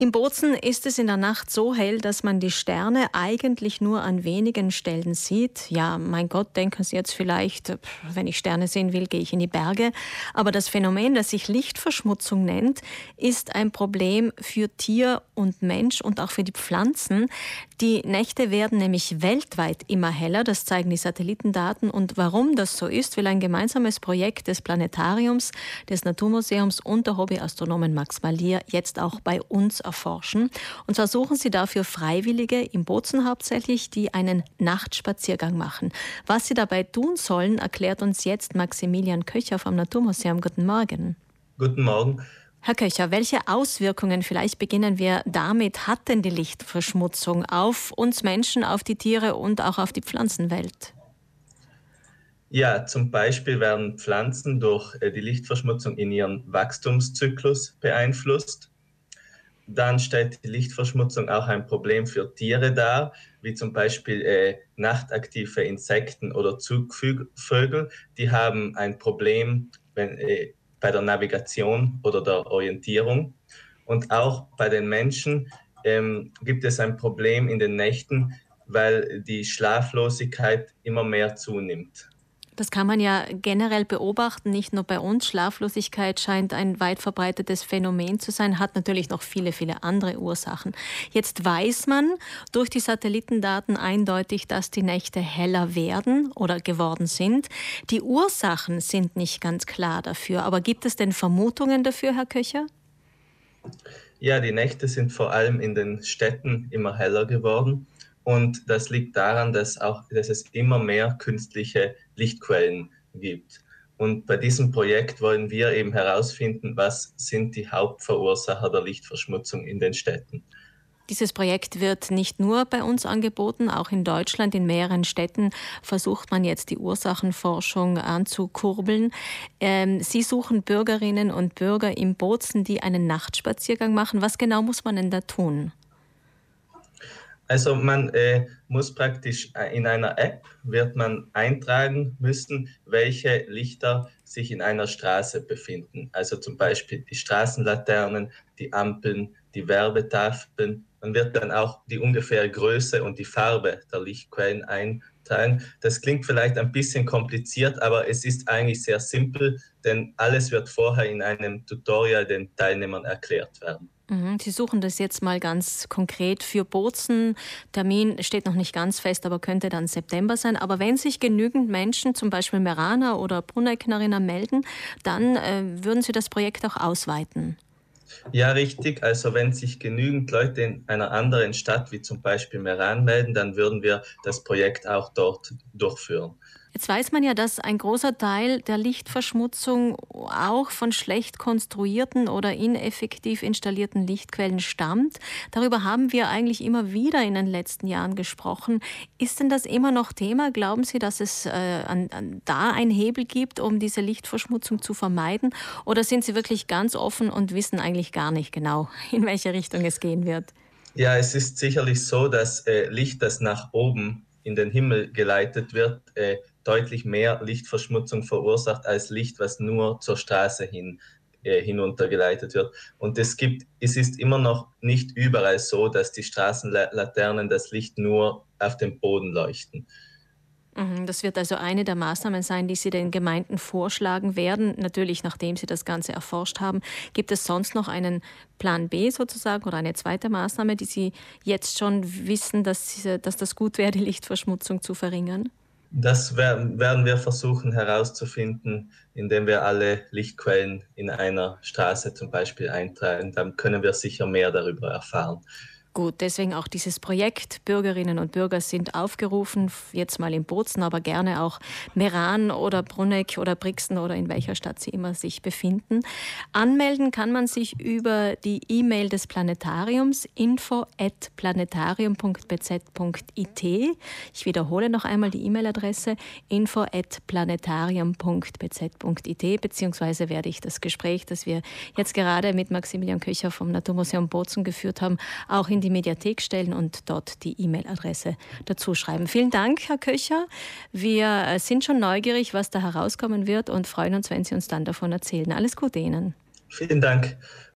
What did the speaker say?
In Bozen ist es in der Nacht so hell, dass man die Sterne eigentlich nur an wenigen Stellen sieht. Ja, mein Gott, denken Sie jetzt vielleicht, wenn ich Sterne sehen will, gehe ich in die Berge. Aber das Phänomen, das sich Lichtverschmutzung nennt, ist ein Problem für Tier und Mensch und auch für die Pflanzen. Die Nächte werden nämlich weltweit immer heller, das zeigen die Satellitendaten. Und warum das so ist, will ein gemeinsames Projekt des Planetariums, des Naturmuseums und der Hobbyastronomen Max Malier jetzt auch bei uns erforschen. Und zwar suchen sie dafür Freiwillige, im Bozen hauptsächlich, die einen Nachtspaziergang machen. Was sie dabei tun sollen, erklärt uns jetzt Maximilian Köcher vom Naturmuseum. Guten Morgen. Guten Morgen. Herr Köcher, welche Auswirkungen, vielleicht beginnen wir damit, hat denn die Lichtverschmutzung auf uns Menschen, auf die Tiere und auch auf die Pflanzenwelt? Ja, zum Beispiel werden Pflanzen durch die Lichtverschmutzung in ihrem Wachstumszyklus beeinflusst. Dann stellt die Lichtverschmutzung auch ein Problem für Tiere dar, wie zum Beispiel nachtaktive Insekten oder Zugvögel. Die haben ein Problem bei der Navigation oder der Orientierung. Und auch bei den Menschen gibt es ein Problem in den Nächten, weil die Schlaflosigkeit immer mehr zunimmt. Das kann man ja generell beobachten, nicht nur bei uns. Schlaflosigkeit scheint ein weit verbreitetes Phänomen zu sein, hat natürlich noch viele, viele andere Ursachen. Jetzt weiß man durch die Satellitendaten eindeutig, dass die Nächte heller werden oder geworden sind. Die Ursachen sind nicht ganz klar dafür. Aber gibt es denn Vermutungen dafür, Herr Köcher? Ja, die Nächte sind vor allem in den Städten immer heller geworden. Und das liegt daran, dass es immer mehr künstliche Lichtquellen gibt. Und bei diesem Projekt wollen wir eben herausfinden, was sind die Hauptverursacher der Lichtverschmutzung in den Städten. Dieses Projekt wird nicht nur bei uns angeboten, auch in Deutschland, in mehreren Städten versucht man jetzt die Ursachenforschung anzukurbeln. Sie suchen Bürgerinnen und Bürger im Bozen, die einen Nachtspaziergang machen. Was genau muss man denn da tun? Also man muss praktisch in einer App wird man eintragen müssen, welche Lichter sich in einer Straße befinden. Also zum Beispiel die Straßenlaternen, die Ampeln, die Werbetafeln. Man wird dann auch die ungefähre Größe und die Farbe der Lichtquellen eintragen. Das klingt vielleicht ein bisschen kompliziert, aber es ist eigentlich sehr simpel, denn alles wird vorher in einem Tutorial den Teilnehmern erklärt werden. Sie suchen das jetzt mal ganz konkret für Bozen. Termin steht noch nicht ganz fest, aber könnte dann September sein. Aber wenn sich genügend Menschen, zum Beispiel Meraner oder Brunecknerinnen, melden, dann würden Sie das Projekt auch ausweiten. Ja, richtig. Also wenn sich genügend Leute in einer anderen Stadt, wie zum Beispiel Meran, melden, dann würden wir das Projekt auch dort durchführen. Jetzt weiß man ja, dass ein großer Teil der Lichtverschmutzung auch von schlecht konstruierten oder ineffektiv installierten Lichtquellen stammt. Darüber haben wir eigentlich immer wieder in den letzten Jahren gesprochen. Ist denn das immer noch Thema? Glauben Sie, dass es da einen Hebel gibt, um diese Lichtverschmutzung zu vermeiden? Oder sind Sie wirklich ganz offen und wissen eigentlich gar nicht genau, in welche Richtung es gehen wird? Ja, es ist sicherlich so, dass Licht, das nach oben in den Himmel geleitet wird, deutlich mehr Lichtverschmutzung verursacht als Licht, was nur zur Straße hinuntergeleitet wird. Und es ist immer noch nicht überall so, dass die Straßenlaternen das Licht nur auf dem Boden leuchten. Das wird also eine der Maßnahmen sein, die Sie den Gemeinden vorschlagen werden, natürlich nachdem Sie das Ganze erforscht haben. Gibt es sonst noch einen Plan B sozusagen oder eine zweite Maßnahme, die Sie jetzt schon wissen, dass das gut wäre, die Lichtverschmutzung zu verringern? Das werden wir versuchen herauszufinden, indem wir alle Lichtquellen in einer Straße zum Beispiel eintragen. Dann können wir sicher mehr darüber erfahren. Gut, deswegen auch dieses Projekt. Bürgerinnen und Bürger sind aufgerufen, jetzt mal in Bozen, aber gerne auch Meran oder Bruneck oder Brixen oder in welcher Stadt sie immer sich befinden. Anmelden kann man sich über die E-Mail des Planetariums info@planetarium.bz.it. Ich wiederhole noch einmal die E-Mail-Adresse info@planetarium.bz.it, beziehungsweise werde ich das Gespräch, das wir jetzt gerade mit Maximilian Köcher vom Naturmuseum Bozen geführt haben, auch in die Mediathek stellen und dort die E-Mail-Adresse dazu schreiben. Vielen Dank, Herr Köcher. Wir sind schon neugierig, was da herauskommen wird und freuen uns, wenn Sie uns dann davon erzählen. Alles Gute Ihnen. Vielen Dank.